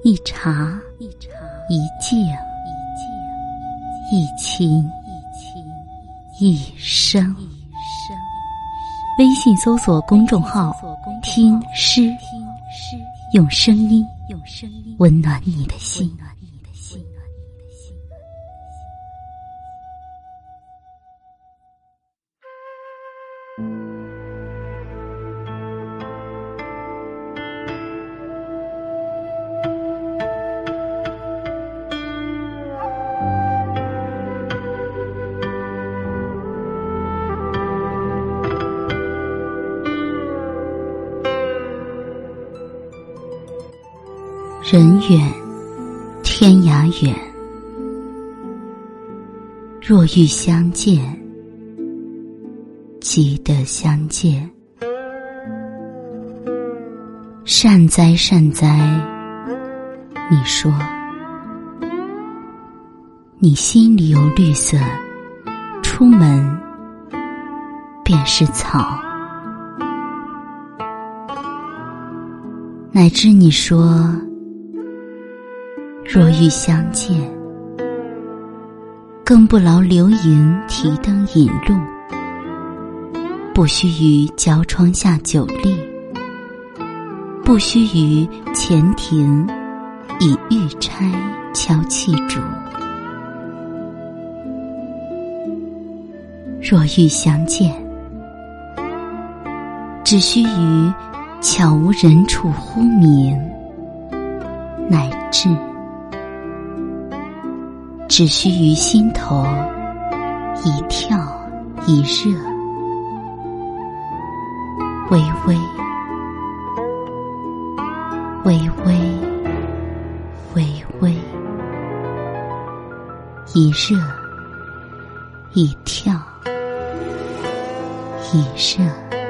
一茶一静，一情一生。微信搜索公众号听诗，用声音温暖你的心。人远天涯远，若欲相见，即得相见。善哉善哉，你说，你心里有绿色，出门便是草。乃知你说，若欲相见，更不劳流萤提灯引路，不须于交窗下久立，不须于前庭以玉钗敲器竹。若欲相见，只须于悄无人处呼名，乃至只须于心头一跳一热，微微微微微微，一热一跳一热。